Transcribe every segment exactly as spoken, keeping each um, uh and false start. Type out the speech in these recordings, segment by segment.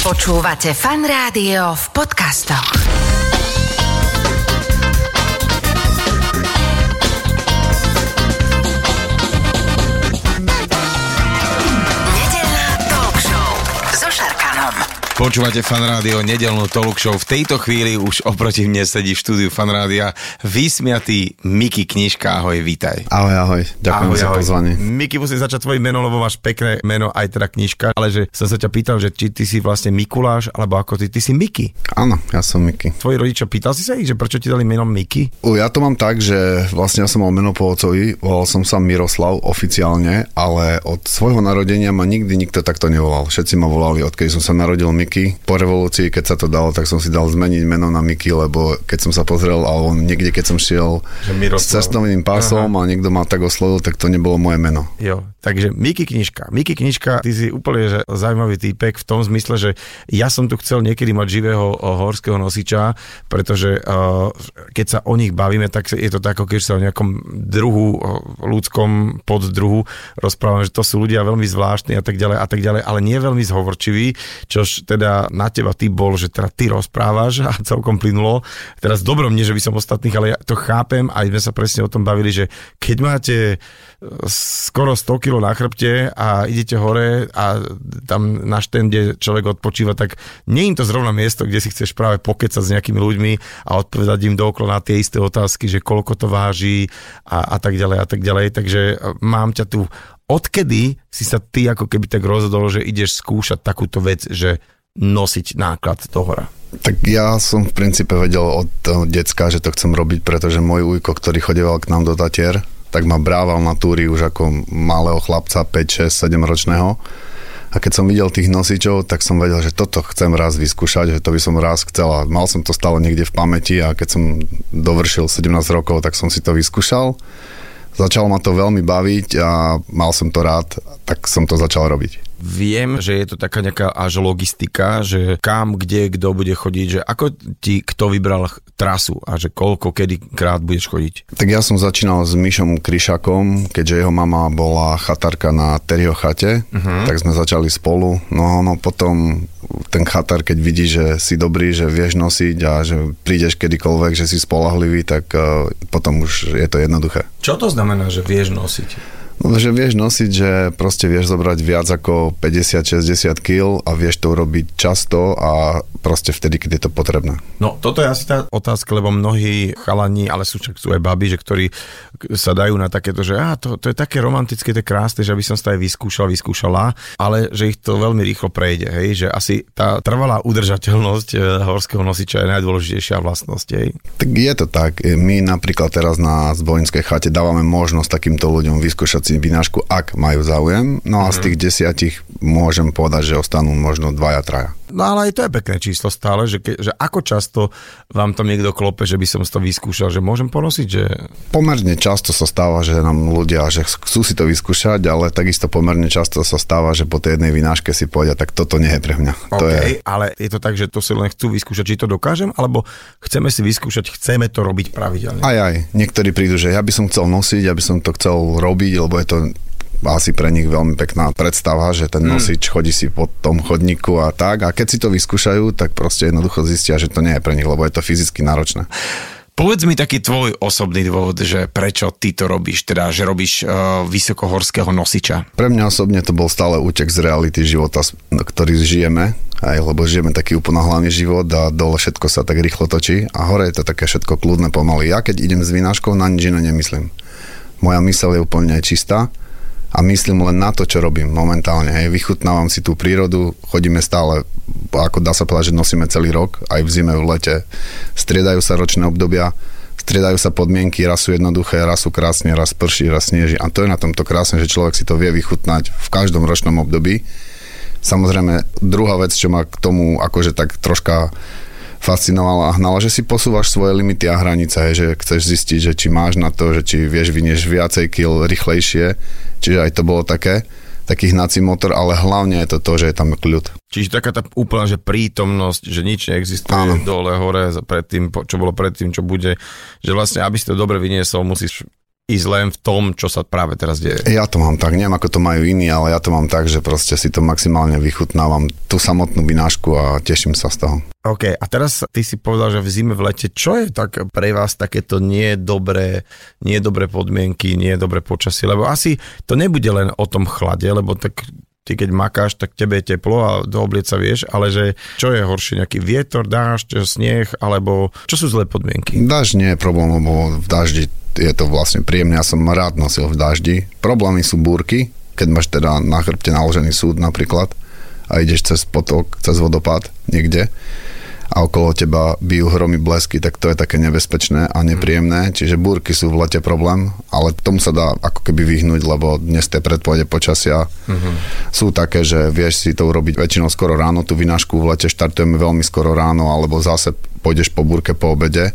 Počúvate Fan Rádio v podcastoch. Nedeľná talk show so Šarkanom. Počúvate Fan Rádio, nedeľnú talk show. V tejto chvíli už oproti mne sedí v štúdiu Fan Rádia vysmiatý Miky Knižka. Ahoj, vítaj. Ahoj, ahoj. Ďakujem ahoj, za ahoj. pozvanie. Miky, musím začať tvojim menom, lebo máš pekné meno, aj teda Knižka, ale že som sa ťa pýtal, že či ty si vlastne Mikuláš, alebo ako ty, ty si Miky. Áno, ja som Miky. Tvoji rodičia, pýtal si sa ich, že prečo ti dali meno Miky? U, ja to mám tak, že vlastne ja som mal meno po otcovi, volal som sa Miroslav oficiálne, ale od svojho narodenia ma nikdy nikto takto nevolal. Všetci ma volali, odkedy som sa narodil Miky. Po revolúcii, keď sa to dalo, tak som si dal zmeniť meno na Miky, lebo keď som sa pozrel, alebo niekde, keď som šiel s cestovným pásom Aha. a niekto ma tak oslovil, tak to nebolo moje meno. Jo, takže Miky Knižka. Miky Knižka, ty si úplne že zaujímavý týpek v tom zmysle, že ja som tu chcel niekedy mať živého horského nosiča, pretože uh, keď sa o nich bavíme, tak je to tak, ako keď sa o nejakom druhu, ľudskom poddruhu rozprávame, že to sú ľudia veľmi zvláštni a tak ďalej a tak ďalej, ale nie veľmi zhovorčiví, čož teda na teba ty bol, že teda ty rozprávaš a celkom plynulo. Teraz dobrom, nie že by som ostatných, ale ja to chápem a sme sa presne o tom bavili, že keď máte skoro sto kilo na chrbte a idete hore a tam na štende človek odpočíva, tak nie je to zrovna miesto, kde si chceš práve pokecať s nejakými ľuďmi a odpovedať im dookola na tie isté otázky, že koľko to váži a, a tak ďalej a tak ďalej. Takže mám ťa tu. Odkedy si sa ty ako keby tak rozhodol, že ideš skúšať takúto vec, že nosiť náklad do hora? Tak ja som v princípe vedel od decka, že to chcem robiť, pretože môj ujko, ktorý chodieval k nám do Tatier, tak ma brával na túry už ako malého chlapca, päť, šesť, sedem ročného. A keď som videl tých nosičov, tak som vedel, že toto chcem raz vyskúšať, že to by som raz chcel. A mal som to stále niekde v pamäti a keď som dovršil sedemnásť rokov, tak som si to vyskúšal. Začalo ma to veľmi baviť a mal som to rád, tak som to začal robiť. Viem, že je to taká nejaká až logistika, že kam, kde, kto bude chodiť, že ako ti kto vybral trasu a že koľko, kedy krát budeš chodiť? Tak ja som začínal s Mišom Kryšakom, keďže jeho mama bola chatárka na Terryho chate, uh-huh. tak sme začali spolu. No, no potom ten chatár, keď vidí, že si dobrý, že vieš nosiť a že prídeš kedykoľvek, že si spoľahlivý, tak uh, potom už je to jednoduché. Čo to znamená, že vieš nosiť? No, že vieš nosiť, že proste vieš zobrať viac ako päťdesiat šesťdesiat kíl a vieš to urobiť často a proste vtedy, keď je to potrebné. No, toto je asi tá otázka, lebo mnohí chalani, ale sú však sú aj babi, že ktorí sa dajú na takéto, že á, to, to je také romantické, to je krásne, že aby som sa aj vyskúšal, vyskúšala, ale že ich to veľmi rýchlo prejde, hej, že asi tá trvalá udržateľnosť e, horského nosiča je najdôležitejšia vlastnosť, hej. Tak je to tak. My napríklad teraz na Zbojinskej chate dávame možnosť takýmto ľuďom vyskúšať si vynášku, ak majú záujem. No a z tých desiatich môžem povedať, že ostanú možno dvaja, traja. No ale aj to je pekné číslo stále, že, ke, že ako často vám tam niekto klope, že by som to vyskúšal, že môžem ponosiť, že... Pomerne často sa stáva, že nám ľudia, že chcú si to vyskúšať, ale takisto pomerne často sa stáva, že po tej jednej vynáške si povedia, tak toto nie je pre mňa. To OK, je... ale je to tak, že to si len chcú vyskúšať, či to dokážem, alebo chceme si vyskúšať, chceme to robiť pravidelne? Aj, aj. Niektorí prídu, že ja by som chcel nosiť, ja by som to chcel robiť, lebo je to asi pre nich veľmi pekná predstava, že ten nosič chodí si po tom chodníku a tak. A keď si to vyskúšajú, tak proste jednoducho zistia, že to nie je pre nich, lebo je to fyzicky náročné. Povedz mi taký tvoj osobný dôvod, že prečo ty to robíš, teda, že robíš uh, vysokohorského nosiča. Pre mňa osobne to bol stále útek z reality života, ktorý žijeme, aj lebo žijeme taký uponáhlaný život a dole všetko sa tak rýchlo točí a hore je to také všetko kľudné pomaly. Ja keď idem s vynáškou, na nič iné nemyslím. Moja myseľ je úplne čistá a myslím len na to, čo robím momentálne. Hej. Vychutnávam si tú prírodu, chodíme stále, ako dá sa povedať, že nosíme celý rok, aj v zime, v lete. Striedajú sa ročné obdobia, striedajú sa podmienky, raz sú jednoduché, raz sú krásne, raz prší, raz sneží. A to je na tomto krásne, že človek si to vie vychutnať v každom ročnom období. Samozrejme, druhá vec, čo ma k tomu akože tak troška fascinovala a hnala, že si posúvaš svoje limity a hranice, hej, že chceš zistiť, že či máš na to, že či vieš vyniesť viacej kil rýchlejšie, čiže aj to bolo také, taký hnací motor, ale hlavne je to to, že je tam kľud. Čiže taká tá úplná, že prítomnosť, že nič neexistuje Áno. dole, hore, predtým, čo bolo predtým, čo bude, že vlastne, aby si to dobre vyniesol, musíš ísť len v tom, čo sa práve teraz deje. Ja to mám tak, neviem ako to majú iní, ale ja to mám tak, že proste si to maximálne vychutnávam, tú samotnú vinášku a teším sa z toho. OK, a teraz ty si povedal, že v zime, v lete, čo je tak pre vás takéto nie dobré, nie dobré podmienky, nie dobré počasie, lebo asi to nebude len o tom chlade, lebo tak ty keď makáš, tak tebe je teplo a do oblieca vieš, ale že čo je horšie, nejaký vietor, dážď, sneh, alebo čo sú zlé podmienky? Dážď nie je problém, lebo v daždi je to vlastne príjemné, ja som rád nosil v daždi. Problémy sú búrky, keď máš teda na chrbte naložený súd napríklad a ideš cez potok, cez vodopád niekde a okolo teba bijú hromy, blesky, tak to je také nebezpečné a nepríjemné, čiže búrky sú v lete problém, ale tomu sa dá ako keby vyhnúť, lebo dnes tie predpovede počasia uh-huh. sú také, že vieš si to urobiť väčšinou skoro ráno, tú vinášku v lete štartujeme veľmi skoro ráno, alebo zase pôjdeš po búrke po obede.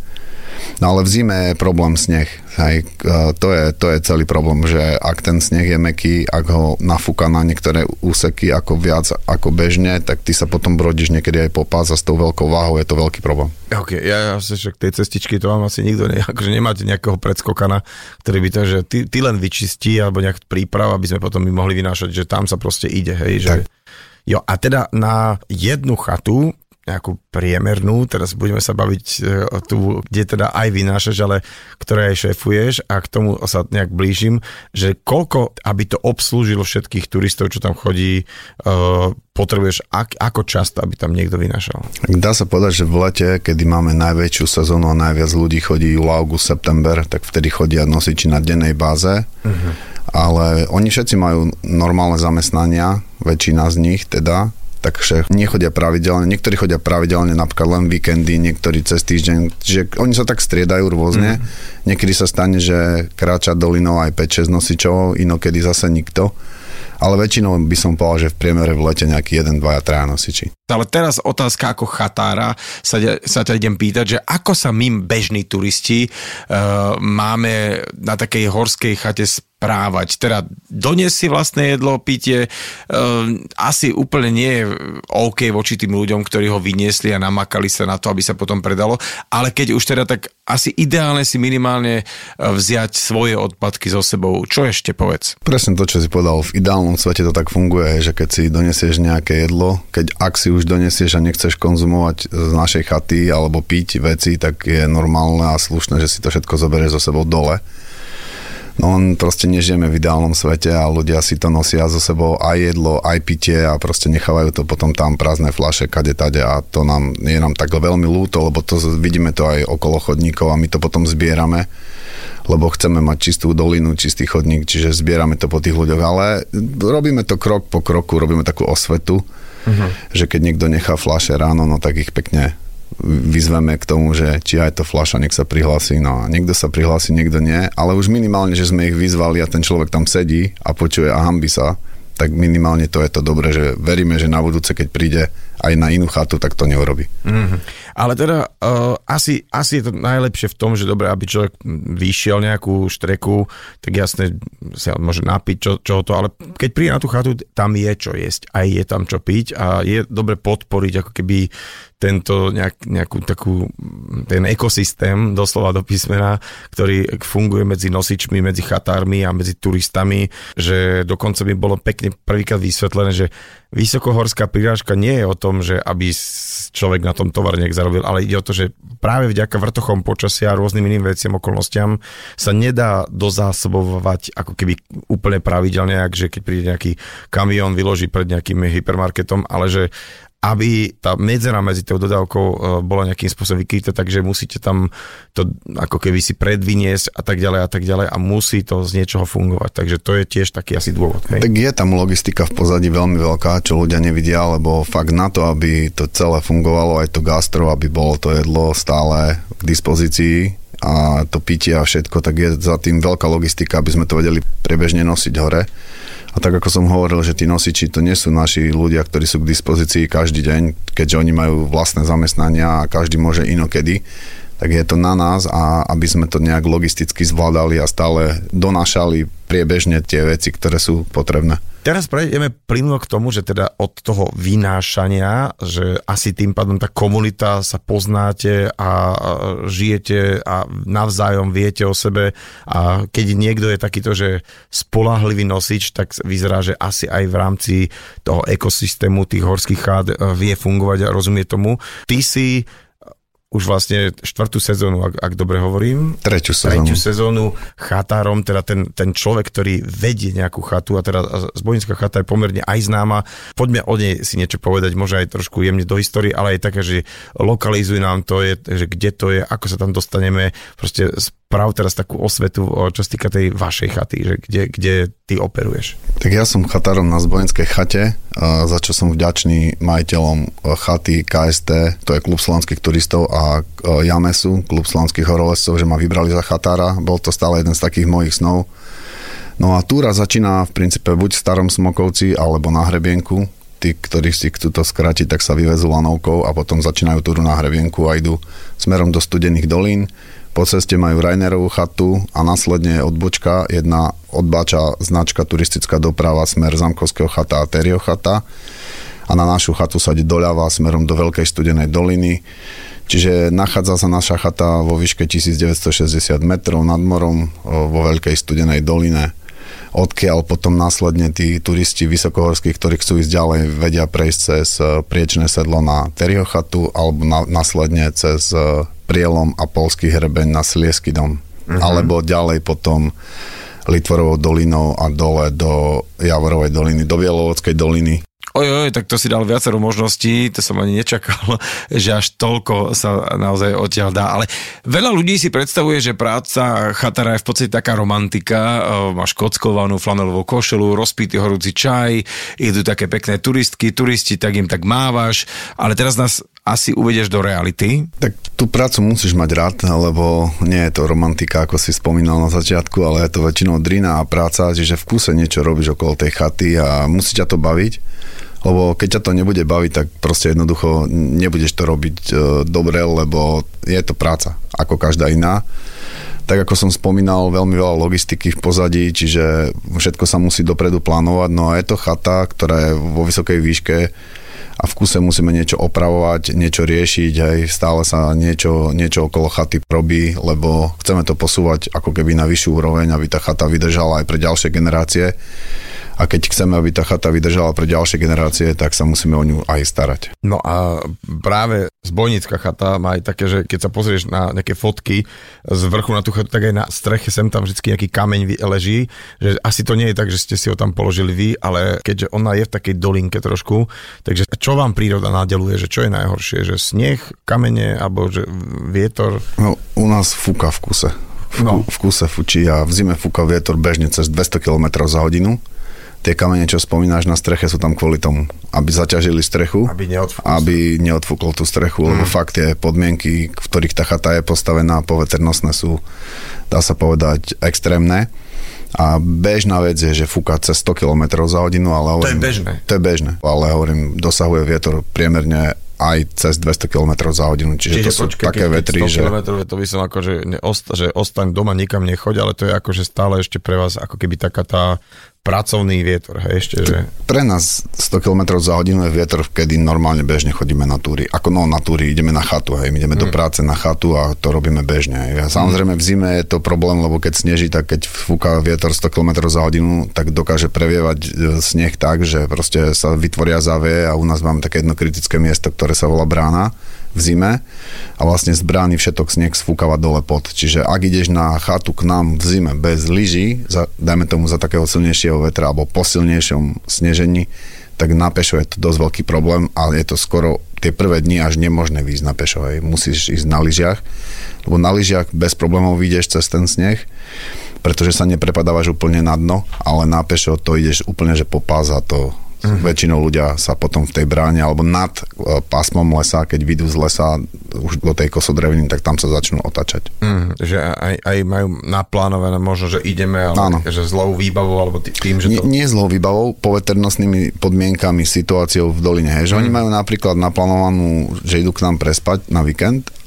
No ale v zime je problém sneh. Hej. To, je, to je celý problém, že ak ten sneh je mäkký, ak ho nafúka na niektoré úseky ako viac ako bežne, tak ty sa potom brodíš niekedy aj po pás a s tou veľkou váhou je to veľký problém. OK, ja asi však tej cestičky to vám asi nikto ne, akože nemáte nejakého predskokana, ktorý by to, že ty, ty len vyčistí alebo nejak príprav, aby sme potom my mohli vynášať, že tam sa proste ide, hej, že... Jo, a teda na jednu chatu nejakú priemernú, teraz budeme sa baviť o tú, kde teda aj vynášaš, ale ktoré aj šéfuješ a k tomu sa nejak blížim, že koľko, aby to obslúžilo všetkých turistov, čo tam chodí, uh, potrebuješ, ak, ako často, aby tam niekto vynášal? Dá sa povedať, že v lete, kedy máme najväčšiu sezónu a najviac ľudí chodí júl, august, september, tak vtedy chodia nosiči na dennej báze, uh-huh. ale oni všetci majú normálne zamestnania, väčšina z nich teda, takže nechodia pravidelne, niektorí chodia pravidelne napríklad len víkendy, niektorí cez týždeň, čiže oni sa tak striedajú rôzne. Mm. Niekedy sa stane, že kráča dolinou aj päť šesť nosičov, inokedy zase nikto. Ale väčšinou by som povedal, že v priemere v lete nejaký jeden, dva, traja nosiči. Ale teraz otázka ako chatára, sa, sa ťa idem pýtať, že ako sa my bežní turisti uh, máme na takej horskej chate správať. Teda doniesť si vlastné jedlo, pitie, uh, asi úplne nie je OK voči tým ľuďom, ktorí ho vyniesli a namakali sa na to, aby sa potom predalo, ale keď už teda, tak asi ideálne si minimálne vziať svoje odpadky so sebou. Čo ešte povedz? Presne to, čo si povedal, v ideálnom svete to tak funguje, že keď si donesieš nejaké jedlo, keď ak si už donesieš a nechceš konzumovať z našej chaty alebo piť veci, tak je normálne a slušné, že si to všetko zoberieš so sebou dole. No on proste nežijeme v ideálnom svete a ľudia si to nosia so sebou aj jedlo, aj pitie a proste nechávajú to potom tam prázdne fľaše kade tade a to nám, je nám tak veľmi ľúto, lebo to vidíme to aj okolo chodníkov a my to potom zbierame, lebo chceme mať čistú dolinu, čistý chodník, čiže zbierame to po tých ľuďoch, ale robíme to krok po kroku, robíme takú osvetu, uh-huh. že keď niekto nechá fľaše ráno, no tak ich pekne vyzveme k tomu, že či aj to fľaša, nech sa prihlási, no a niekto sa prihlási, niekto nie, ale už minimálne, že sme ich vyzvali a ten človek tam sedí a počuje a hanbí sa, tak minimálne to je to dobré, že veríme, že na budúce, keď príde aj na inú chatu, tak to neurobí. Mm-hmm. Ale teda uh, asi, asi je to najlepšie v tom, že dobre, aby človek vyšiel nejakú štreku, tak jasne sa môže napiť čo, čo to, ale keď príde na tú chatu, tam je čo jesť, aj je tam čo piť a je dobre podporiť ako keby tento nejak, nejakú takú, ten ekosystém, doslova do písmena, ktorý funguje medzi nosičmi, medzi chatármi a medzi turistami, že dokonca by bolo pekne prvýkrát vysvetlené, že vysokohorská prirážka nie je o tom, že aby človek na tom tovar nejak zarobil, ale ide o to, že práve vďaka vrtochom počasia a rôznym iným veciam, okolnostiam sa nedá dozásobovať ako keby úplne pravidelne, že keď príde nejaký kamión, vyloží pred nejakým hypermarketom, ale že aby tá medzera medzi tou dodávkou bola nejakým spôsobom vykrytá, takže musíte tam to ako keby si predviniesť a tak ďalej a tak ďalej a musí to z niečoho fungovať. Takže to je tiež taký asi dôvod. Hej? Tak je tam logistika v pozadí veľmi veľká, čo ľudia nevidia, lebo fakt na to, aby to celé fungovalo, aj to gastro, aby bolo to jedlo stále k dispozícii a to pitie a všetko, tak je za tým veľká logistika, aby sme to vedeli priebežne nosiť hore. A tak ako som hovoril, že tí nosiči to nie sú naši ľudia, ktorí sú k dispozícii každý deň, keďže oni majú vlastné zamestnania a každý môže inokedy, tak je to na nás, a aby sme to nejak logisticky zvládali a stále donášali priebežne tie veci, ktoré sú potrebné. Teraz prejdeme plynulo k tomu, že teda od toho vynášania, že asi tým pádom tá komunita sa poznáte a žijete a navzájom viete o sebe, a keď niekto je takýto, že spoľahlivý nosič, tak vyzerá, že asi aj v rámci toho ekosystému tých horských chát vie fungovať a rozumie tomu. Ty si už vlastne štvrtú sezónu, ak, ak dobre hovorím. Treťu sezónu. Treťu sezónu chatárom, teda ten, ten človek, ktorý vedie nejakú chatu, a teda Zbojnická chata je pomerne aj známa. Poďme o nej si niečo povedať, možno aj trošku jemne do histórie, ale aj také, že lokalizuj nám to, je, že kde to je, ako sa tam dostaneme, proste sprav teraz takú osvetu, čo sa týka tej vašej chaty, že kde, kde ty operuješ. Tak ja som chatárom na Zbojnickej chate, za čo som vďačný majiteľom chaty ká es té, to je Klub slovenských turistov, a Jamesu, Klub slovenských horolezcov, že ma vybrali za chatára. Bol to stále jeden z takých mojich snov. No a túra začína v princípe buď v Starom Smokovci, alebo na Hrebienku. Tí, ktorí si chcú to skrátiť, tak sa vyvezú lanovkou a potom začínajú túru na Hrebienku a idú smerom do Studených dolín. Po ceste majú Rainerovú chatu a následne odbočka, jedna odbáča značka turistická doprava smer Zamkovského chata a Terio chata, a na našu chatu sa ide doľava smerom do Veľkej Studenej doliny. Čiže nachádza sa naša chata vo výške tisícdeväťstošesťdesiat metrov nad morom vo Veľkej Studenej doline, odkiaľ potom následne tí turisti vysokohorskí, ktorí chcú ísť ďalej, vedia prejsť cez Priečné sedlo na Terio chatu alebo na, následne cez Prielom a Polský hrebeň na Sliesky dom. Uh-huh. Alebo ďalej potom Litvorovou dolinou a dole do Javorovej doliny, do Bielovodskej doliny. Ojoj, tak to si dal viacero možností, to som ani nečakal, že až toľko sa naozaj odtiaľ dá. Ale veľa ľudí si predstavuje, že práca chatára je v podstate taká romantika. Máš kockovanú flanelovú košelu, rozpitý horúci čaj, idú také pekné turistky, turisti, tak im tak mávaš. Ale teraz nás asi uvedieš do reality. Tak tú prácu musíš mať rád, lebo nie je to romantika, ako si spomínal na začiatku, ale je to väčšinou drina a práca, čiže v kúse niečo robíš okolo tej chaty a musí ťa to baviť. Lebo keď ťa to nebude baviť, tak proste jednoducho nebudeš to robiť e, dobre, lebo je to práca, ako každá iná. Tak ako som spomínal, veľmi veľa logistiky v pozadí, čiže všetko sa musí dopredu plánovať. No a je to chata, ktorá je vo vysokej výške a v kuse musíme niečo opravovať, niečo riešiť, aj stále sa niečo, niečo okolo chaty robí, lebo chceme to posúvať ako keby na vyššiu úroveň, aby tá chata vydržala aj pre ďalšie generácie. A keď chceme, aby tá chata vydržala pre ďalšie generácie, tak sa musíme o ňu aj starať. No a práve Zbojnická chata má aj také, že keď sa pozrieš na nejaké fotky z vrchu na tú chatu, tak aj na streche sem tam vždy nejaký kameň leží, že asi to nie je tak, že ste si ho tam položili vy, ale keďže ona je v takej dolinke trošku, takže čo vám príroda nadeľuje, že čo je najhoršie, že sneh, kamene, alebo že vietor? No, u nás fúka v kuse. V, no. v kuse fučí a v zime fúka vietor bežne cez dvesto kilometrov za hodinu. Tie kamene, čo spomínaš na streche, sú tam kvôli tomu, aby zaťažili strechu, aby neodfúkol, aby neodfúkol tú strechu, mm. lebo fakt tie podmienky, v ktorých tá chata je postavená, poveternostné sú, dá sa povedať, extrémne. A bežná vec je, že fúka cez sto kilometrov za hodinu, ale hovorím, to je bežné. To je bežné, ale hovorím, dosahuje vietor priemerne aj cez dvesto kilometrov za hodinu, čiže, čiže to sú počkej, také vetry, že... sto kilometrov, to by som ako, že, neosta, že ostaň doma, nikam nechoď, ale to je ako, že stále ešte pre vás ako keby taká tá pracovný vietor, hej, ešte, že... Pre nás sto kilometrov za hodinu je vietor, kedy normálne bežne chodíme na túry. Ako no na túry, ideme na chatu, hej, my ideme mm. do práce na chatu a to robíme bežne. Hej. Samozrejme v zime je to problém, lebo keď sneží, tak keď fúka vietor sto kilometrov za hodinu, tak dokáže previevať sneh tak, že proste sa vytvoria záveje a u nás máme také jedno kritické miesto, ktoré sa volá brána v zime a vlastne z brány všetok sneh sfúkava dole pod. Čiže ak ideš na chatu k nám v zime bez lyží, za, dajme tomu za takého silnejšieho vetra alebo po silnejšom snežení, tak na pešo je to dosť veľký problém, ale je to skoro tie prvé dni až nemožné výjsť na pešo. Hej. Musíš ísť na lyžiach, lebo na lyžiach bez problémov vyjdeš cez ten sneh, pretože sa neprepadávaš úplne na dno, ale na pešo to ideš úplne, že po pás a to Mm. väčšinou ľudia sa potom v tej bráne alebo nad uh, pásmom lesa, keď vyjdú z lesa už do tej kosodreviny, tak tam sa začnú otáčať. Mm, že aj, aj majú naplánované možno, že ideme, ale že zlou výbavou alebo tým, že to... Nie, nie zlou výbavou, poveternostnými podmienkami, situáciou v doline. Hej, že mm. oni majú napríklad naplánovanú, že idú k nám prespať na víkend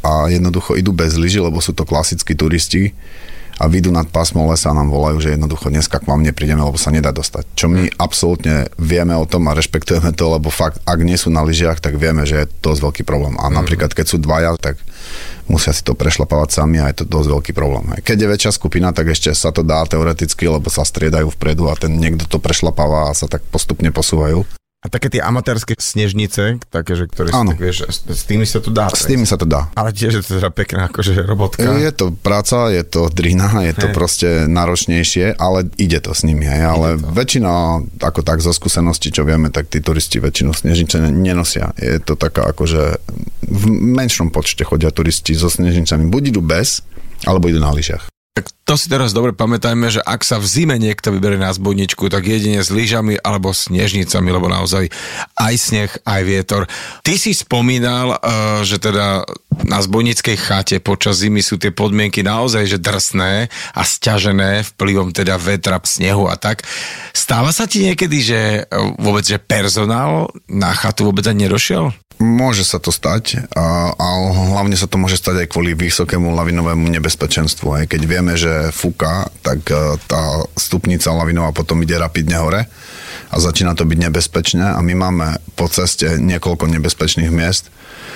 a jednoducho idú bez lyží, lebo sú to klasickí turisti a vyjdú nad pásmo lesa a nám volajú, že jednoducho dneska k vám neprídeme, lebo sa nedá dostať. Čo my absolútne vieme o tom a rešpektujeme to, lebo fakt, ak nie sú na lyžiach, tak vieme, že je to dosť veľký problém. A napríklad, keď sú dvaja, tak musia si to prešlapávať sami a je to dosť veľký problém. Keď je väčšia skupina, tak ešte sa to dá teoreticky, lebo sa striedajú vpredu a ten niekto to prešlapáva a sa tak postupne posúvajú. A také tie amatérske snežnice, také, že ktoré sú, tak vieš, s tými sa to dá. S tými sa to dá. Ale tiež je to teda pekná akože robotka. Je to práca, je to drina, je to hey. proste náročnejšie, ale ide to s nimi, hej. Ale väčšina, ako tak zo skúseností, čo vieme, tak tí turisti väčšinu snežnice nenosia. Je to taká akože v menšom počte chodia turisti so snežnicami. Buď idú bez, alebo idú na lyžiach. Tak to si teraz dobre pamätajme, že ak sa v zime niekto vyberie na Zbojničku, tak jedine s lyžami alebo snežnicami, lebo naozaj aj sneh, aj vietor. Ty si spomínal, že teda na Zbojnickej chate počas zimy sú tie podmienky naozaj že drsné a sťažené vplyvom teda vetra, snehu a tak. Stáva sa ti niekedy, že vôbec že personál na chatu vôbec ani nedošiel? Môže sa to stať, a, a hlavne sa to môže stať aj kvôli vysokému lavinovému nebezpečenstvu. Aj keď vieme, že fúka, tak tá stupnica lavinová potom ide rapidne hore a začína to byť nebezpečné a my máme po ceste niekoľko nebezpečných miest.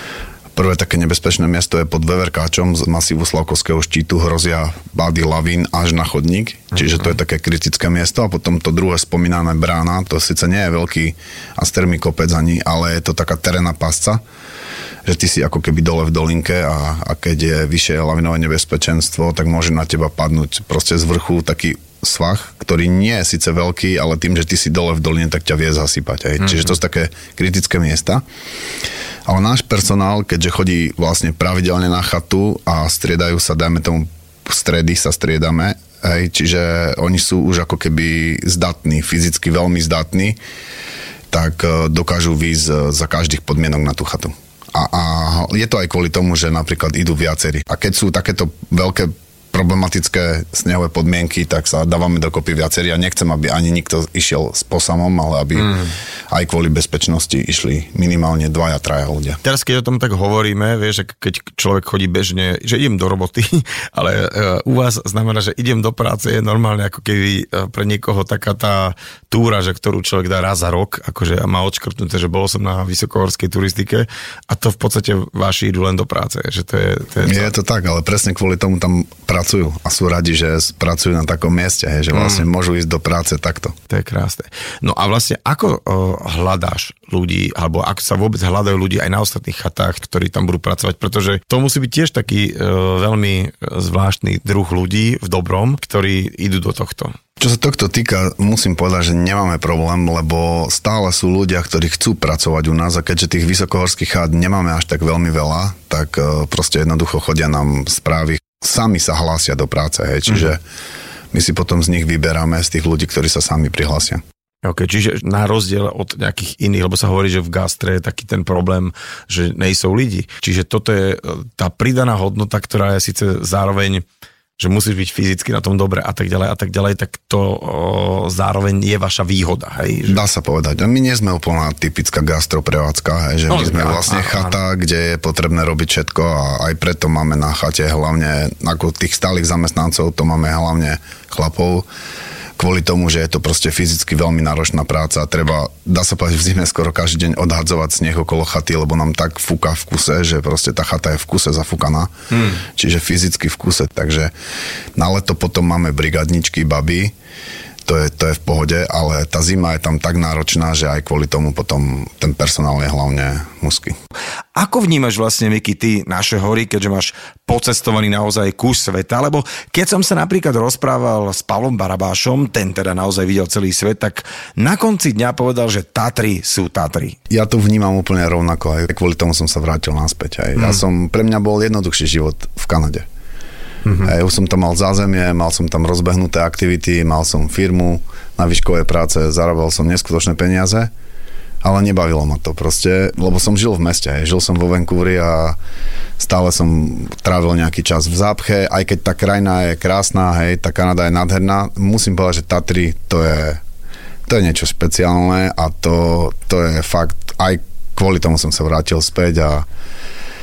Prvé také nebezpečné miesto je pod Veverkáčom z masívu Slavkovského štítu, hrozia bády lavín až na chodník, čiže to je také kritické miesto a potom to druhé spomínané Brána, to síce nie je veľký a strmý kopec ani, ale je to taká terénna pasca, že ty si ako keby dole v dolinke a, a keď je vyššie lavinové nebezpečenstvo, tak môže na teba padnúť proste z vrchu taký svah, ktorý nie je síce veľký, ale tým, že ty si dole v doline, tak ťa vie zasypať. Aj. Mm-hmm. Čiže to sú také kritické miesta. Ale náš personál, keďže chodí vlastne pravidelne na chatu a striedajú sa, dajme tomu stredy sa striedame, hej, čiže oni sú už ako keby zdatní, fyzicky veľmi zdatní, tak dokážu výjsť za každých podmienok na tú chatu. A, a je to aj kvôli tomu, že napríklad idú viacerí. A keď sú takéto veľké problematické snehové podmienky, tak sa dávame dokopy viacerí a nechcem, aby ani nikto išiel s posamom, ale aby mm. aj kvôli bezpečnosti išli minimálne dvaja, traja ľudia. Teraz, keď o tom tak hovoríme, vieš, keď človek chodí bežne, že idem do roboty, ale uh, u vás znamená, že idem do práce, je normálne ako keby uh, pre niekoho taká tá túra, že ktorú človek dá raz za rok, akože má odškrtnuté, že bol som na vysokohorskej turistike a to v podstate vaši idú len do práce. Že to je, to je, je to tak, ale presne kvôli tomu tam pracujú a sú radi, že pracujú na takom mieste, hej, že vlastne mm. môžu ísť do práce takto. To je krásne. No a vlastne ako uh, hľadáš ľudí, alebo ako sa vôbec hľadajú ľudí aj na ostatných chatách, ktorí tam budú pracovať, pretože to musí byť tiež taký uh, veľmi zvláštny druh ľudí v dobrom, ktorí idú do tohto. Čo sa tohto týka, musím povedať, že nemáme problém, lebo stále sú ľudia, ktorí chcú pracovať u nás a keďže tých vysokohorských chát nemáme až tak veľmi veľa, tak uh, proste jednoducho chodia nám správy, sami sa hlásia do práce, hej, čiže mm. my si potom z nich vyberáme, z tých ľudí, ktorí sa sami prihlásia. Ok, čiže na rozdiel od nejakých iných, lebo sa hovorí, že v gastre je taký ten problém, že nejsou lidi. Čiže toto je tá pridaná hodnota, ktorá je síce zároveň, že musíš byť fyzicky na tom dobre a tak ďalej a tak ďalej, tak to o, zároveň je vaša výhoda, hej? Že... Dá sa povedať. A my nie sme úplná typická gastroprevádzka, hej, že no, my sme á, vlastne á, chata, á. kde je potrebné robiť všetko a aj preto máme na chate hlavne, ako tých stálych zamestnancov, to máme hlavne chlapov, kvôli tomu, že je to proste fyzicky veľmi náročná práca a treba, dá sa povedať, v zime skoro každý deň odhadzovať sneh okolo chaty, lebo nám tak fúka v kuse, že proste tá chata je v kuse zafúkaná, hmm. čiže fyzicky v kuse, takže na leto potom máme brigadničky, baby, to je, to je v pohode, ale tá zima je tam tak náročná, že aj kvôli tomu potom ten personál je hlavne mužský. Ako vnímaš vlastne, Miky, ty naše hory, keďže máš pocestovaný naozaj kus sveta? Lebo keď som sa napríklad rozprával s Pavlom Barabášom, ten teda naozaj videl celý svet, tak na konci dňa povedal, že Tatry sú Tatry. Ja to vnímam úplne rovnako, aj kvôli tomu som sa vrátil naspäť. Aj. Ja hmm. som, pre mňa bol jednoduchší život v Kanade. Mm-hmm. Ja už som tam mal zázemie, mal som tam rozbehnuté aktivity, mal som firmu na výškovej práce, zarábal som neskutočné peniaze, ale nebavilo ma to proste, lebo som žil v meste, žil som vo Vancouveri a stále som trávil nejaký čas v zápche, aj keď tá krajina je krásna, hej, tá Kanada je nádherná, musím povedať, že Tatry to je, to je niečo špeciálne a to, to je fakt, aj kvôli tomu som sa vrátil späť a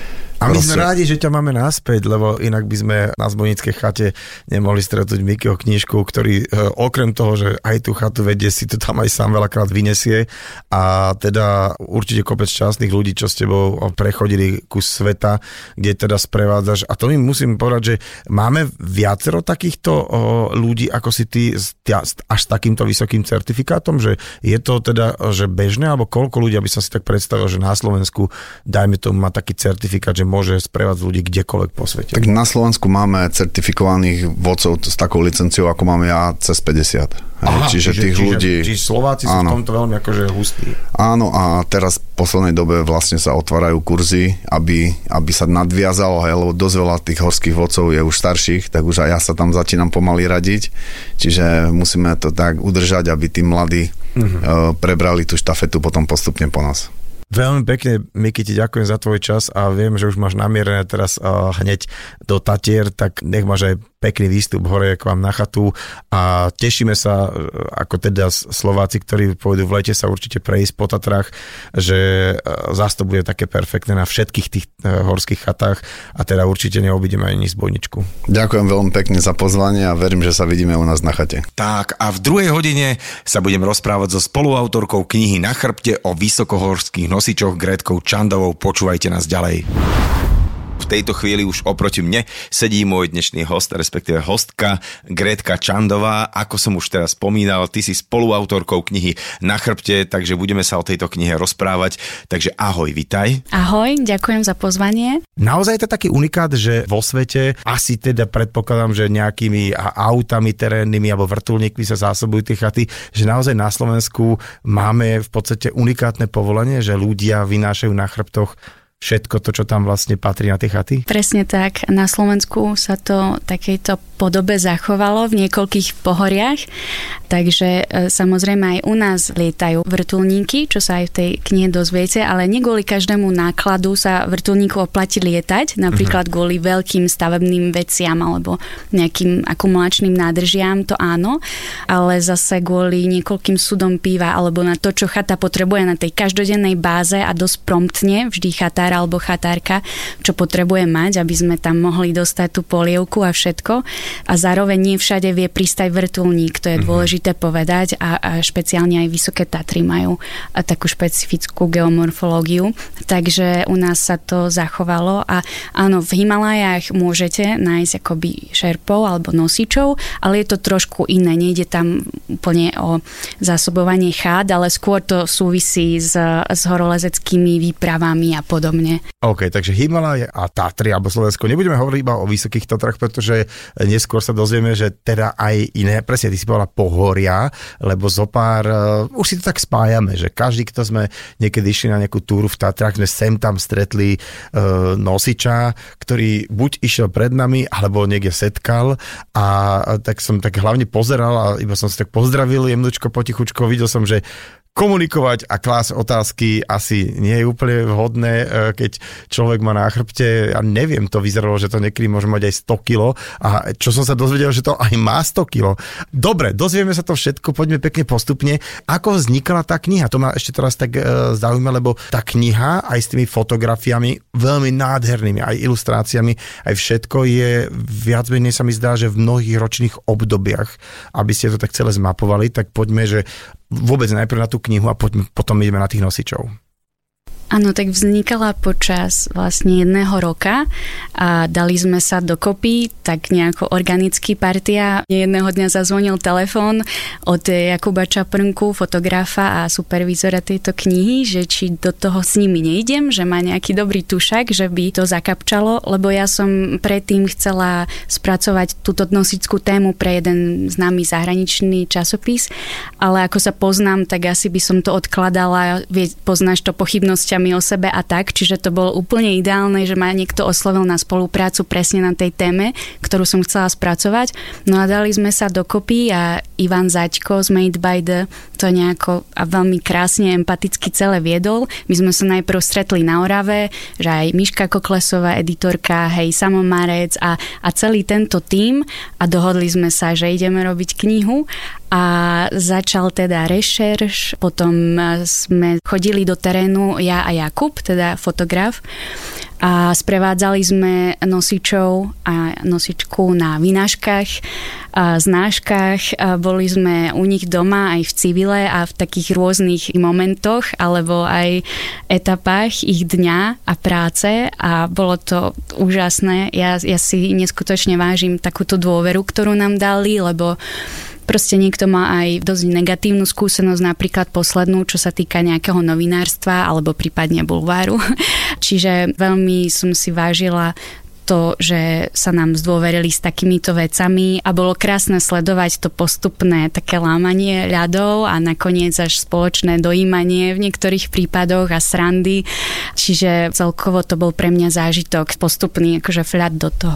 A my Proste... sme rádi, že ťa máme naspäť, lebo inak by sme na Zbojnickej chate nemohli stretnúť Mikyho knižku, ktorý e, okrem toho, že aj tú chatu vedie, si to tam aj sám veľakrát vyniesie a teda určite kopec šťastných ľudí, čo s tebou prechodili kus sveta, kde teda sprevádzaš. A to mi musím povedať, že máme viacero takýchto o, ľudí, ako si ty až s takýmto vysokým certifikátom, že je to teda že bežné, alebo koľko ľudí, aby som si tak predstavil, že na Slovensku, dajme tomu, má taký certifikát, že môže sprevádzať ľudí kdekoľvek po svete. Tak na Slovensku máme certifikovaných vodcov s takou licenciou, ako mám ja, cez päťdesiat. Aha, čiže, čiže tých čiže, ľudí... Čiže Slováci sú áno. v tomto veľmi akože hustí. Áno, a teraz v poslednej dobe vlastne sa otvárajú kurzy, aby, aby sa nadviazalo, hej, lebo dosť veľa tých horských vodcov je už starších, tak už aj ja sa tam začínam pomaly radiť. Čiže musíme to tak udržať, aby tí mladí uh-huh. uh, prebrali tú štafetu potom postupne po nás. Veľmi pekne, Miky, ti ďakujem za tvoj čas a viem, že už máš namierené teraz uh, hneď do Tatier, tak nech máš aj pekný výstup hore k vám na chatu a tešíme sa, ako teda Slováci, ktorí pôjdu v lete sa určite prejsť po Tatrách, že zás to bude také perfektné na všetkých tých horských chatách a teda určite neobídeme ani Zbojničku. Ďakujem veľmi pekne za pozvanie a verím, že sa vidíme u nás na chate. Tak a v druhej hodine sa budem rozprávať so spoluautorkou knihy Na chrbte o vysokohorských nosičoch Grétkou Čandovou. Počúvajte nás ďalej. V tejto chvíli už oproti mne sedí môj dnešný host, respektíve hostka Grétka Čandová. Ako som už teraz spomínal, ty si spoluautorkou knihy Na chrbte, takže budeme sa o tejto knihe rozprávať. Takže ahoj, vitaj. Ahoj, ďakujem za pozvanie. Naozaj je to taký unikát, že vo svete asi teda predpokladám, že nejakými autami terénnymi alebo vrtuľníkmi sa zásobujú tie chaty, že naozaj na Slovensku máme v podstate unikátne povolenie, že ľudia vynášajú na chrbtoch všetko to, čo tam vlastne patrí na tie chaty? Presne tak. Na Slovensku sa to takejto podobe zachovalo v niekoľkých pohoriach, takže e, samozrejme aj u nás lietajú vrtuľníky, čo sa aj v tej knihe dozviete, ale nie kvôli každému nákladu sa vrtuľníku oplatí lietať, napríklad uh-huh. kvôli veľkým stavebným veciam alebo nejakým akumulačným nádržiam, to áno, ale zase kvôli niekoľkým sudom piva alebo na to, čo chata potrebuje na tej každodennej báze a dosť promptne, vždy chatár alebo chatárka, čo potrebuje mať, aby sme tam mohli dostať tú polievku a všetko. A zároveň nie všade vie pristať vrtuľník, to je mm-hmm. dôležité povedať a, a špeciálne aj Vysoké Tatry majú takú špecifickú geomorfológiu, takže u nás sa to zachovalo a áno, v Himalajách môžete nájsť akoby šerpov alebo nosičov, ale je to trošku iné, nejde tam úplne o zásobovanie chát, ale skôr to súvisí s, s horolezeckými výpravami a podobne. OK, takže Himalaje a Tatry alebo Slovensko. Nebudeme hovoriť iba o Vysokých Tatrách, pretože neskôr sa dozvieme, že teda aj iné, presne ty si povedala pohoria, lebo zopár, uh, už si to tak spájame, že každý, kto sme niekedy išli na nejakú túru v Tatrách, sme sem tam stretli uh, nosiča, ktorý buď išiel pred nami, alebo niekde setkal a tak som tak hlavne pozeral a iba som si tak pozdravil jemnučko, potichučko, videl som, že komunikovať a klásť otázky asi nie je úplne vhodné, keď človek má na chrbte, ja neviem, to vyzeralo, že to niekedy môže mať aj sto kilo a čo som sa dozvedel, že to aj má sto kilo. Dobre, dozvieme sa to všetko, poďme pekne postupne. Ako vznikala tá kniha? To ma ešte teraz tak e, zaujíma, lebo tá kniha aj s tými fotografiami, veľmi nádhernými, aj ilustráciami, aj všetko je viac menej sa mi zdá, že v mnohých ročných obdobiach, aby ste to tak celé zmapovali, tak poďme, že vôbec najprv na tú knihu a poďme, potom ideme na tých nosičov. Áno, tak vznikala počas vlastne jedného roka a dali sme sa dokopy, tak nejako organický partia. Jedného dňa zazvonil telefón od Jakuba Čaprnku, fotografa a supervízora tejto knihy, že či do toho s nimi nejdem, že má nejaký dobrý tušak, že by to zakapčalo, lebo ja som predtým chcela spracovať túto nosickú tému pre jeden známy zahraničný časopis, ale ako sa poznám, tak asi by som to odkladala, poznáš to pochybnosťami o sebe a tak, čiže to bolo úplne ideálne, že ma niekto oslovil na spoluprácu presne na tej téme, ktorú som chcela spracovať. No a dali sme sa dokopy a Ivan Zaďko z Made by the to nejako a veľmi krásne empaticky celé viedol. My sme sa najprv stretli na Orave, že aj Miška Koklesová, editorka, hej, Samo Marec a, a celý tento tím a dohodli sme sa, že ideme robiť knihu a začal teda rešerš, potom sme chodili do terénu ja a Jakub, teda fotograf a sprevádzali sme nosičov a nosičku na vynáškach, a znáškach, a boli sme u nich doma aj v civile a v takých rôznych momentoch alebo aj etapách ich dňa a práce a bolo to úžasné. Ja, ja si neskutočne vážim takúto dôveru, ktorú nám dali, lebo proste niekto má aj dosť negatívnu skúsenosť, napríklad poslednú, čo sa týka nejakého novinárstva alebo prípadne bulváru. Čiže veľmi som si vážila to, že sa nám zdôverili s takýmito vecami a bolo krásne sledovať to postupné také lámanie ľadov a nakoniec až spoločné dojímanie v niektorých prípadoch a srandy. Čiže celkovo to bol pre mňa zážitok, postupný akože fľad do toho.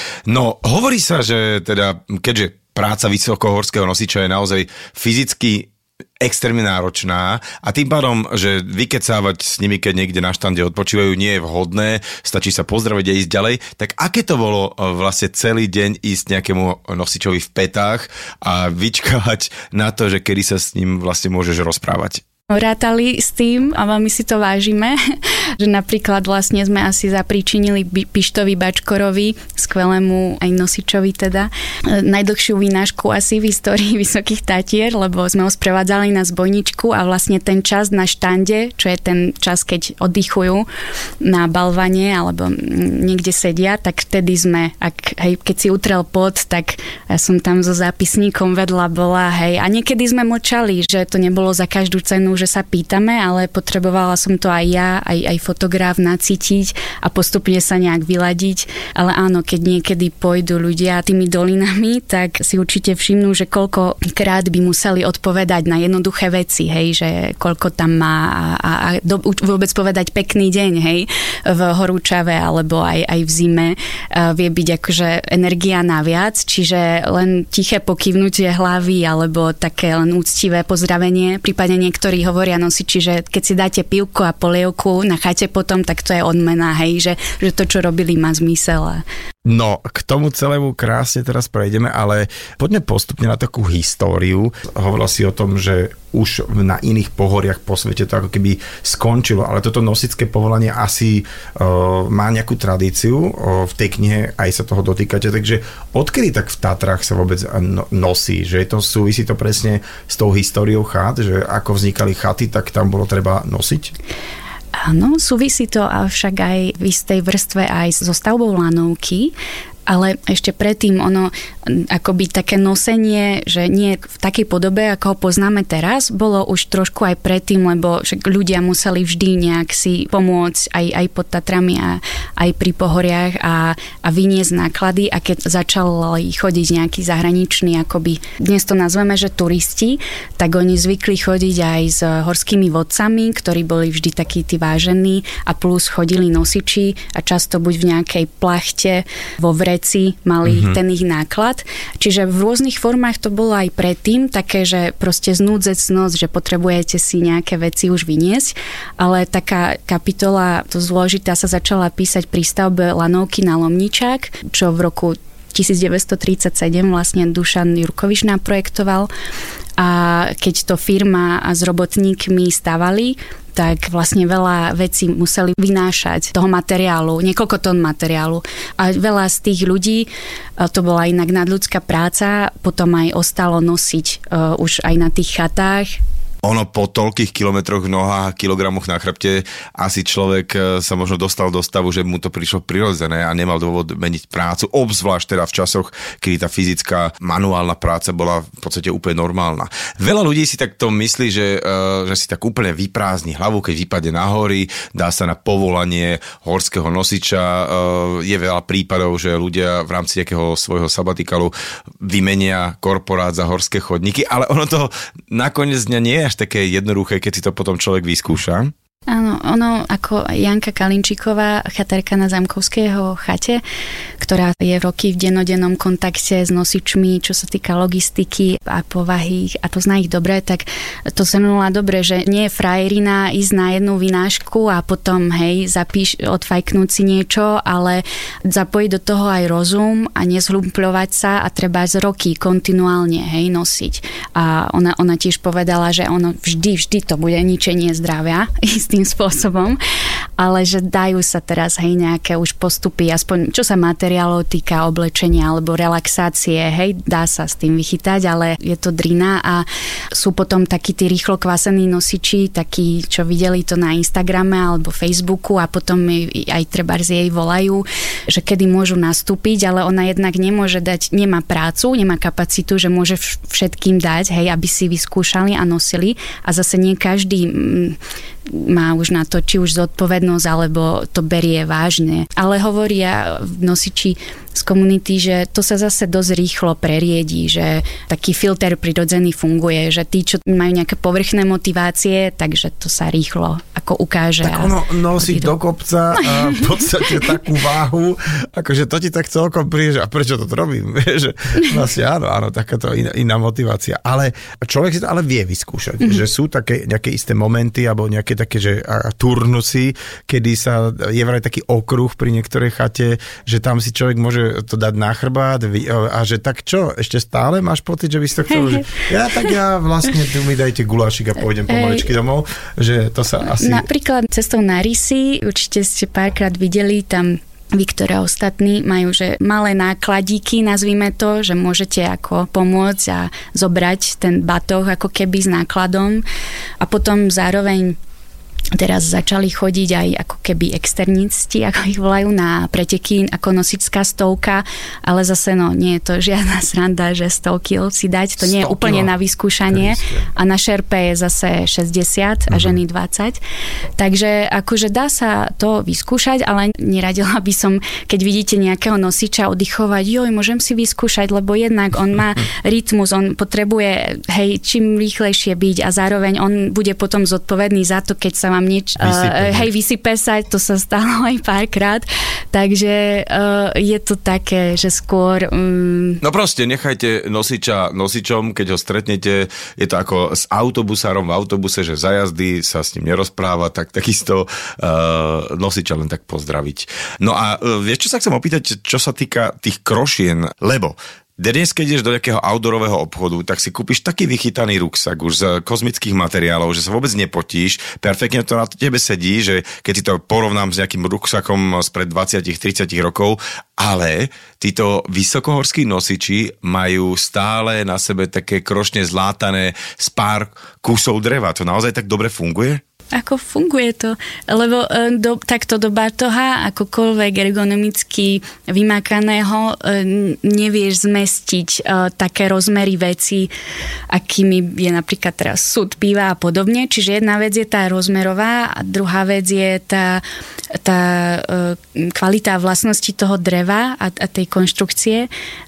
No, hovorí sa, že teda, keďže práca vysokohorského nosiča je naozaj fyzicky extrémne náročná a tým pádom, že vykecávať s nimi, keď niekde na štande odpočívajú, nie je vhodné, stačí sa pozdraviť a ísť ďalej. Tak aké to bolo vlastne celý deň ísť nejakému nosičovi v petách a vyčkávať na to, že kedy sa s ním vlastne môžeš rozprávať? Rátali s tým a veľmi si to vážime, že napríklad vlastne sme asi zapríčinili Pištovi Bačkorovi, skvelému aj nosičovi teda, najdlhšiu vynášku asi v histórii Vysokých Tatier, lebo sme ho sprevádzali na zbojničku a vlastne ten čas na štande, čo je ten čas, keď oddychujú na balvane alebo niekde sedia, tak vtedy sme, ak, hej, keď si utrel pot, tak ja som tam so zápisníkom vedľa bola, hej, a niekedy sme mlčali, že to nebolo za každú cenu, že sa pýtame, ale potrebovala som to aj ja, aj, aj fotograf nacítiť a postupne sa nejak vyladiť. Ale áno, keď niekedy pôjdu ľudia tými dolinami, tak si určite všimnú, že koľkokrát by museli odpovedať na jednoduché veci, hej, že koľko tam má a, a, a do, vôbec povedať pekný deň, hej, v horúčave alebo aj, aj v zime vie byť akože energia naviac, čiže len tiché pokývnutie hlavy alebo také len úctivé pozdravenie, prípadne niektorí hovoria nosiči, že keď si dáte pivko a polievku na chate potom, tak to je odmena, hej, že, že to, čo robili, má zmysel. No, k tomu celému krásne teraz prejdeme, ale poďme postupne na takú históriu. Hovorila si o tom, že už na iných pohoriach po svete to ako keby skončilo, ale toto nosické povolanie asi uh, má nejakú tradíciu, uh, v tej knihe aj sa toho dotýkate, takže odkedy tak v Tatrách sa vôbec nosí, že to súvisí to presne s tou históriou chát, že ako vznikali chaty, tak tam bolo treba nosiť? Áno, súvisí to avšak aj v istej vrstve aj so stavbou lanovky, ale ešte predtým ono akoby také nosenie, že nie v takej podobe, ako ho poznáme teraz, bolo už trošku aj predtým, lebo ľudia museli vždy nejak si pomôcť aj, aj pod Tatrami a aj pri pohoriach a, a vyniesť náklady a keď začali chodiť nejakí zahraniční, akoby dnes to nazveme, že turisti, tak oni zvykli chodiť aj s horskými vodcami, ktorí boli vždy takí tí vážení a plus chodili nosiči a často buď v nejakej plachte, vo vreci mali mm-hmm. ten ich náklad. Čiže v rôznych formách to bolo aj predtým, také, že proste znúdzecnosť, že potrebujete si nejaké veci už vyniesť, ale taká kapitola, to zložitá, sa začala písať pri stavbe lanovky na Lomničák, čo v roku devätnásťtridsaťsedem vlastne Dušan Jurkovič naprojektoval a keď to firma s robotníkmi stavali, tak vlastne veľa vecí museli vynášať toho materiálu, niekoľko tón materiálu. A veľa z tých ľudí, to bola inak nadľudská práca, potom aj ostalo nosiť uh, už aj na tých chatách. Ono po toľkých kilometroch v nohách a kilogramoch na chrbte asi človek sa možno dostal do stavu, že mu to prišlo prirodzené a nemal dôvod meniť prácu, obzvlášť teda v časoch, kedy tá fyzická manuálna práca bola v podstate úplne normálna. Veľa ľudí si takto myslí, že, že si tak úplne vyprázdni hlavu, keď vypadne na hory, dá sa na povolanie horského nosiča. Je veľa prípadov, že ľudia v rámci nejakého svojho sabatikalu vymenia korporát za horské chodníky, ale ono to nakoniec dňa nie je až také jednoduché, keď si to potom človek vyskúša. Áno, ono ako Janka Kalinčíková, chatárka na Zámkovského chate, ktorá je roky v dennodennom kontakte s nosičmi, čo sa týka logistiky a povahy a to zná ich dobre, tak to zhrnula dobre, že nie je frajerina ísť na jednu vynášku a potom hej, zapíš, odfajknúť si niečo, ale zapojiť do toho aj rozum a nezhlumpľovať sa a treba z roky kontinuálne hej, nosiť. A ona, ona tiež povedala, že ono vždy, vždy to bude ničenie zdravia tým spôsobom. ale že dajú sa teraz hej nejaké už postupy, aspoň čo sa materiálov týka, oblečenia alebo relaxácie, hej, dá sa s tým vychytať, ale je to drina a sú potom takí tí rýchlo kvasení nosiči, takí, čo videli to na Instagrame alebo Facebooku a potom aj trebárs jej volajú, že kedy môžu nastúpiť, ale ona jednak nemôže dať, nemá prácu, nemá kapacitu, že môže všetkým dať, hej, aby si vyskúšali a nosili a zase nie každý má už na to či už zodpovednosť, alebo to berie vážne. Ale hovoria nosiči z komunity, že to sa zase dosť rýchlo preriedí, že taký filter prirodzený funguje, že tí, čo majú nejaké povrchné motivácie, takže to sa rýchlo ako ukáže. Tak ono nosiť do kopca a v podstate takú váhu, akože to ti tak celkom príde, že a prečo to robím? Že vlastne áno, áno, takáto iná, iná motivácia. Ale človek si to ale vie vyskúšať, mm-hmm. že sú také nejaké isté momenty alebo nejaké také, že a, turnusy, kedy sa je vraj taký okruh pri niektorej chate, že tam si človek môže to dať na chrbát a že tak čo, ešte stále máš pocit, že by si to chcel, že ja tak ja vlastne tu mi dajte gulášik a pôjdem pomaličky domov, že to sa asi... Napríklad cestou na Rysy, určite ste párkrát videli, tam Viktor a ostatní majú, že malé nákladíky, nazvime to, že môžete ako pomôcť a zobrať ten batoh ako keby s nákladom a potom zároveň teraz začali chodiť aj ako keby externisti, ako ich volajú, na preteky ako nosičská stovka, ale zase no, nie je to žiadna sranda, že sto kil si dať, to nie je úplne na vyskúšanie a na šerpe je zase šesťdesiat a ženy dvadsať. Takže akože dá sa to vyskúšať, ale neradila by som, keď vidíte nejakého nosiča oddychovať, joj, môžem si vyskúšať, lebo jednak on má rytmus, on potrebuje, hej, čím rýchlejšie byť a zároveň on bude potom zodpovedný za to, keď sa vám nič, uh, hej, vysype sa, to sa stalo aj párkrát, takže uh, je to také, že skôr... Um... No proste, nechajte nosiča nosičom, keď ho stretnete, je to ako s autobusárom v autobuse, že za jazdy sa s ním nerozpráva, tak takisto uh, nosiča len tak pozdraviť. No a uh, vieš, čo sa chcem opýtať, čo sa týka tých krošien, lebo dnes, keď ideš do nejakého outdoorového obchodu, tak si kúpiš taký vychytaný ruksak už z kozmických materiálov, že sa vôbec nepotíš, perfektne to na tebe sedí, že keď si to porovnám s nejakým ruksakom spred dvadsať tridsať rokov, ale títo vysokohorskí nosiči majú stále na sebe také krošne zlátané z pár kusov dreva. To naozaj tak dobre funguje? Ako funguje to? Lebo do, takto do batoha, akokoľvek ergonomicky vymakaného, nevieš zmestiť také rozmery veci, akými je napríklad teraz súd piva a podobne. Čiže jedna vec je tá rozmerová a druhá vec je tá, tá kvalita vlastnosti toho dreva a, a tej konštrukcie.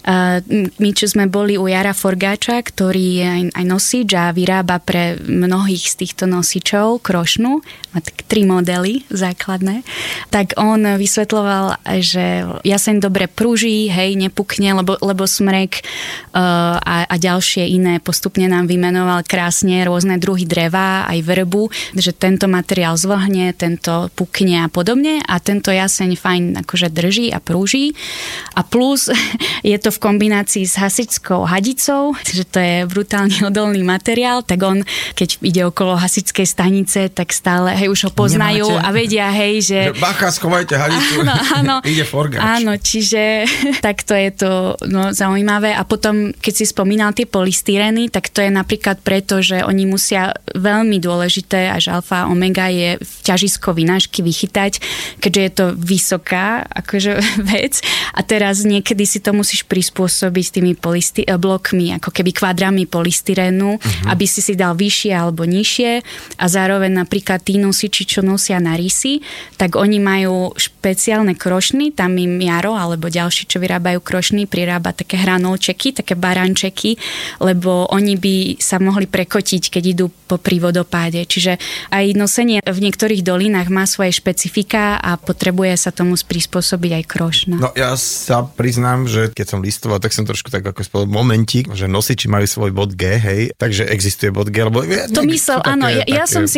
My, čo sme boli u Jara Forgáča, ktorý je aj, aj nosič a vyrába pre mnohých z týchto nosičov kroš, má tak tri modely základné, tak on vysvetľoval, že jaseň dobre pruží, hej, nepukne, lebo, lebo smrek uh, a, a ďalšie iné postupne nám vymenoval krásne rôzne druhy dreva, aj vrbu, že tento materiál zvlhne, tento pukne a podobne a tento jaseň fajn akože drží a prúží a plus je to v kombinácii s hasičskou hadicou, že to je brutálne odolný materiál, tak on, keď ide okolo hasičskej stanice, tak stále, hej, už ho poznajú Nemáte. A vedia, hej, že... že bacha, schovajte hadicu, áno, áno, ide Forgáč. Áno, čiže takto je to no, zaujímavé. A potom, keď si spomínal tie polystyrény, tak to je napríklad preto, že oni musia veľmi dôležité, až alfa, omega je ťažisko vynášky vychytať, keďže je to vysoká akože vec. A teraz niekedy si to musíš prispôsobiť tými polysty- blokmi, ako keby kvadrami polystyrénu, uh-huh. aby si si dal vyššie alebo nižšie a zároveň napríklad tí nosiči, čo nosia na Rysy, tak oni majú špeciálne krošny, tam im Jaro alebo ďalší, čo vyrábajú krošny, prirába také hranolčeky, také barančeky, lebo oni by sa mohli prekotiť, keď idú po vodopáde. Čiže aj nosenie v niektorých dolinách má svoje špecifika a potrebuje sa tomu prispôsobiť aj krošna. No ja sa priznám, že keď som listoval, tak som trošku tak ako spovedal momentík, že nosiči majú svoj bod G, hej, takže existuje bod G, lebo... To myslel, áno, ja, ja som si povedala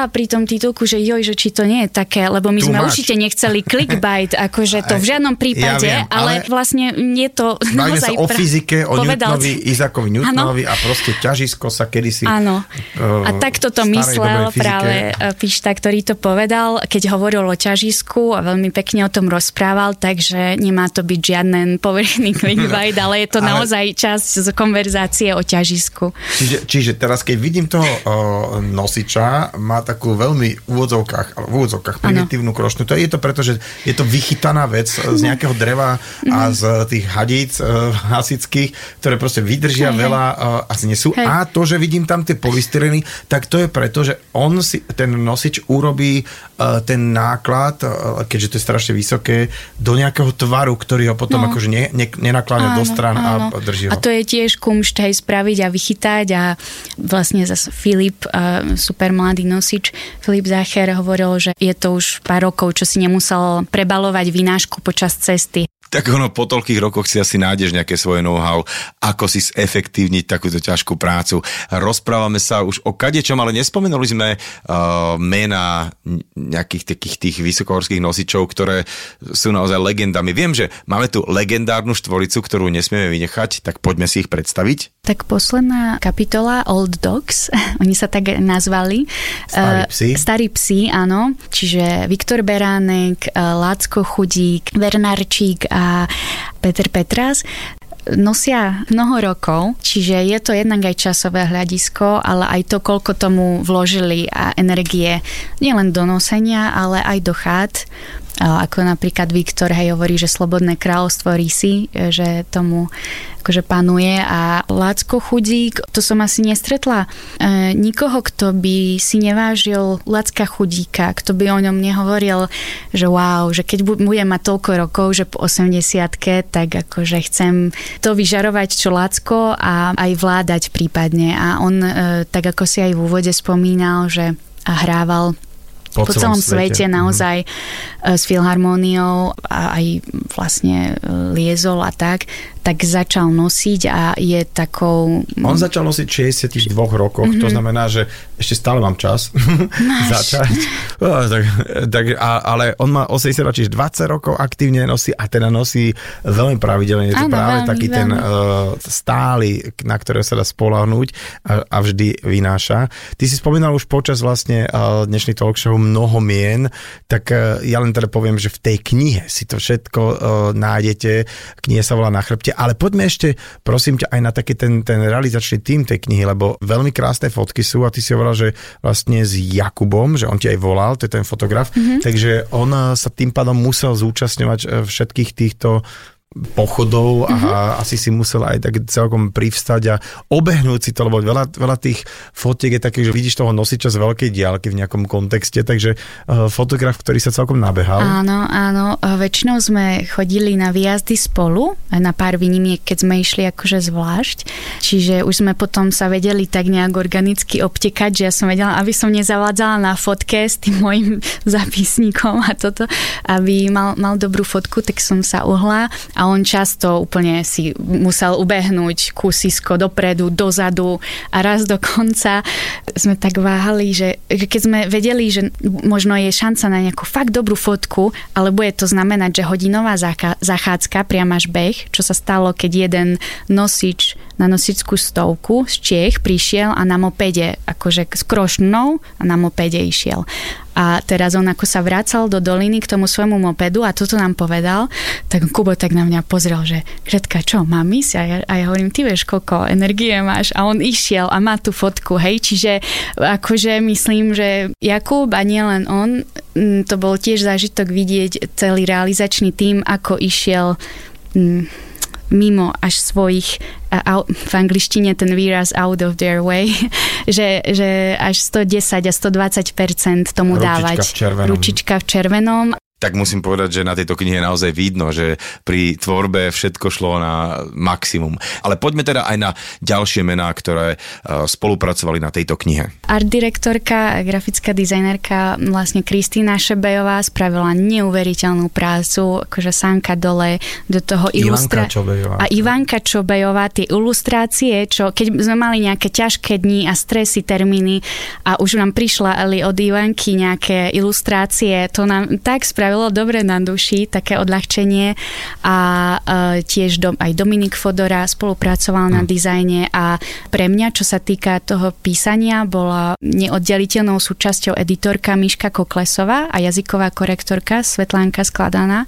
povedala pri tom titulku, že joj, že či to nie je také, lebo my Tu sme máš. určite nechceli clickbait, akože to v žiadnom prípade, Ja viem, ale, ale vlastne je to bavíme naozaj... sa o fyzike, o povedal- Newtonovi, Isaacovi Newtonovi a proste ťažisko sa kedysi... Áno. A takto to myslel práve Pišta, ktorý to povedal, keď hovoril o ťažisku a veľmi pekne o tom rozprával, takže nemá to byť žiaden povrchný clickbait, ale je to Ale- naozaj časť z konverzácie o ťažisku. Čiže, čiže teraz, keď vidím toho o, nosiča, má takú veľmi v úvodzovkách, ale v úvodzovkách primitívnu krošnú. To je to preto, že je to vychytaná vec z nejakého dreva a z tých hadíc uh, hasických, ktoré proste vydržia Hej, veľa uh, asi nie sú. Hej. A to, že vidím tam tie polystyreny, tak to je preto, že on si, ten nosič urobí uh, ten náklad, uh, keďže to je strašne vysoké, do nejakého tvaru, ktorý ho potom No. akože ne, ne, nenakláňa do stran áno. a drží ho. A to je tiež kumšt, hej, spraviť a vychytať a vlastne zase Filip, uh, super mladý nosič, Filip Zacher hovoril, že je to už pár rokov, čo si nemusel prebalovať vinášku počas cesty. Tak ono, po toľkých rokoch si asi nájdeš nejaké svoje know-how, ako si zefektívniť takúto ťažkú prácu. Rozprávame sa už o kadečom, ale nespomenuli sme uh, mená nejakých takých tých vysokohorských nosičov, ktoré sú naozaj legendami. Viem, že máme tu legendárnu štvoricu, ktorú nesmieme vynechať, tak poďme si ich predstaviť. Tak posledná kapitola Old Dogs, oni sa tak nazvali. Starí psi. Uh, Starí psi, áno. Čiže Viktor Beránek, uh, Lácko Chudík, Vernarčík a Peter Petras nosia mnoho rokov, čiže je to jednak aj časové hľadisko, ale aj to, koľko tomu vložili a energie nielen do nosenia, ale aj do chát. Ako napríklad Viktor hej hovorí, že slobodné kráľovstvo rysy, že tomu akože panuje a Lácko Chudík, to som asi nestretla e, nikoho, kto by si nevážil Lácka Chudíka, kto by o ňom nehovoril, že wow, že keď budem mať toľko rokov, že po osemdesiatke, tak akože chcem to vyžarovať čo Lácko a aj vládať prípadne. A on, e, tak ako si aj v úvode spomínal, že a hrával po, po celom svete, svete naozaj mm-hmm. s filharmóniou a aj vlastne liezol a tak, tak začal nosiť a je takou... On začal nosiť v šesťdesiatdva rokoch, mm-hmm. to znamená, že ešte stále mám čas začať. Oh, tak, tak, a, ale on má osemdesiat, čiže dvadsať rokov aktívne nosí a teda nosí veľmi pravidelne. Je to Áno, práve veľmi, taký veľmi. ten uh, stály, na ktorého sa dá spoľahnúť a, a vždy vynáša. Ty si spomínal už počas vlastne uh, dnešných talk show mnoho mien, tak uh, ja len teda poviem, že v tej knihe si to všetko uh, nájdete. Kniha sa volá Na chrbte. Ale poďme ešte, prosím ťa, aj na taký ten, ten realizačný tím tej knihy, lebo veľmi krásne fotky sú a ty si hovoril, že vlastne s Jakubom, že on ti aj volal, to je ten fotograf, mm-hmm. takže on sa tým pádom musel zúčastňovať všetkých týchto pochodov a mm-hmm. asi si musel aj tak celkom privstať a obehnúť si to, lebo veľa, veľa tých fotiek je takých, že vidíš toho nosiča z veľkej diaľky v nejakom kontexte, takže uh, fotograf, ktorý sa celkom nabehal. Áno, áno, väčšinou sme chodili na výjazdy spolu, na pár výnimiek, keď sme išli akože zvlášť, čiže už sme potom sa vedeli tak nejak organicky obtekať, že ja som vedela, aby som nezavádzala na fotke s tým mojim zápisníkom a toto, aby mal, mal dobrú fotku, tak som sa uhla a on často úplne si musel ubehnúť kúsisko dopredu, dozadu a raz dokonca sme tak váhali, že keď sme vedeli, že možno je šanca na nejakú fakt dobrú fotku, ale bude to znamenať, že hodinová zachádzka, priam až beh, čo sa stalo, keď jeden nosič na nosičskú stovku z Čiech prišiel a na mopede, akože s krošnou a na mopede išiel. A teraz on ako sa vracal do doliny k tomu svojmu mopedu a toto nám povedal, tak Kubo tak na mňa pozrel, že Gretka, čo, mám ísť? A ja, a ja hovorím, ty vieš, koľko energie máš? A on išiel a má tú fotku, hej, čiže akože myslím, že Jakub a nielen on, to bol tiež zážitok vidieť celý realizačný tím, ako išiel m, mimo až svojich, v angličtine ten výraz out of their way, že, že až sto desať a sto dvadsať percent tomu Ručička dávať. V červenom. Ručička v červenom. tak musím povedať, že na tejto knihe naozaj vidno, že pri tvorbe všetko šlo na maximum. Ale poďme teda aj na ďalšie mená, ktoré spolupracovali na tejto knihe. Art direktorka, grafická dizajnerka vlastne Kristýna Šebejová spravila neuveriteľnú prácu, akože sánka dole do toho ilustra... Ivanka Čobejová. A Ivanka Čobejová, tie ilustrácie, čo keď sme mali nejaké ťažké dni a stresy, termíny a už nám prišla Eli od Ivanky nejaké ilustrácie, to nám tak spravilo dobre na duši, také odľahčenie a e, tiež dom, aj Dominik Fodora spolupracoval hmm. na dizajne a pre mňa, čo sa týka toho písania, bola neoddeliteľnou súčasťou editorka Miška Koklesová a jazyková korektorka Svetlánka Skladaná,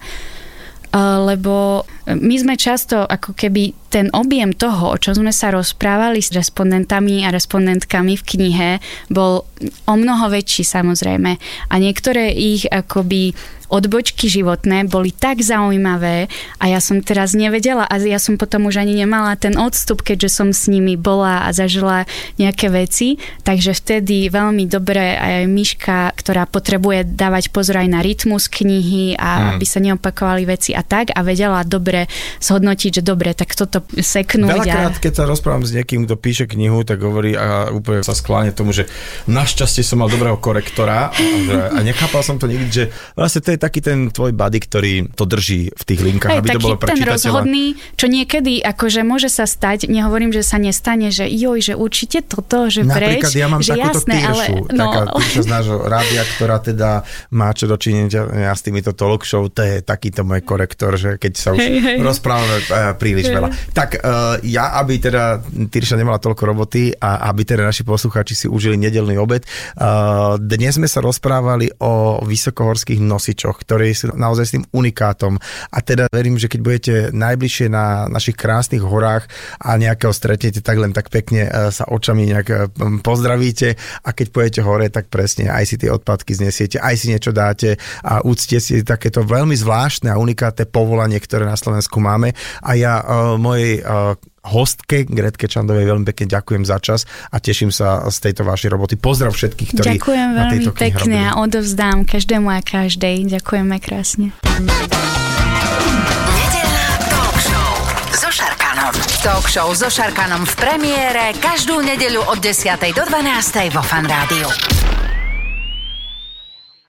e, lebo my sme často ako keby ten objem toho, o čom sme sa rozprávali s respondentami a respondentkami v knihe, bol o mnoho väčší samozrejme. A niektoré ich akoby odbočky životné boli tak zaujímavé a ja som teraz nevedela a ja som potom už ani nemala ten odstup, keďže som s nimi bola a zažila nejaké veci, takže vtedy veľmi dobre aj Miška, ktorá potrebuje dávať pozor aj na rytmus knihy a hmm. aby sa neopakovali veci a tak a vedela dobre zhodnotiť, že dobre, tak toto seknúť. Veľakrát, a... keď sa rozprávam s niekým, kto píše knihu, tak hovorí a úplne sa skláňa tomu, že našťastie som mal dobrého korektora a, a nechápal som to nikdy, že vlastne to je taký ten tvoj buddy, ktorý to drží v tých linkách, aj, aby to bolo pre ten čitateľa. Rozhodný, čo niekedy akože môže sa stať, nehovorím, že sa nestane, že joj, že určite toto, že preč. Napríklad ja mám že takúto jasné, Tyršu, ale, no. taká Tyrša z nášho rádia, ktorá teda má čo dočinenia s týmito talk show, to je takýto môj korektor, že keď sa už hej, hej. rozprávame uh, príliš hej. veľa. Tak uh, ja, aby teda Tyrša nemala toľko roboty a aby teda naši poslucháči si užili nedeľný obed, uh, dnes sme sa rozprávali o vysokohorských nosičoch, ktorí sú naozaj s tým unikátom. A teda verím, že keď budete najbližšie na našich krásnych horách a nejakého stretnete, tak len tak pekne sa očami nejak pozdravíte a keď pôjdete hore, tak presne aj si tie odpadky znesiete, aj si niečo dáte a úcte si takéto veľmi zvláštne a unikátne povolanie, ktoré na Slovensku máme. A ja uh, mojej uh, hostke Gretke Čandovej veľmi pekne ďakujem za čas a teším sa z tejto vašej roboty. Pozdrav všetkých, ktorí ďakujem na tejto knihe pekne robili. A odovzdám každému a každej. Ďakujeme krásne. Nedeľná talk show so Šarkanom. Talk show so Šarkanom v premiére každú nedeľu od desiatej do dvanástej vo Fan Rádiu.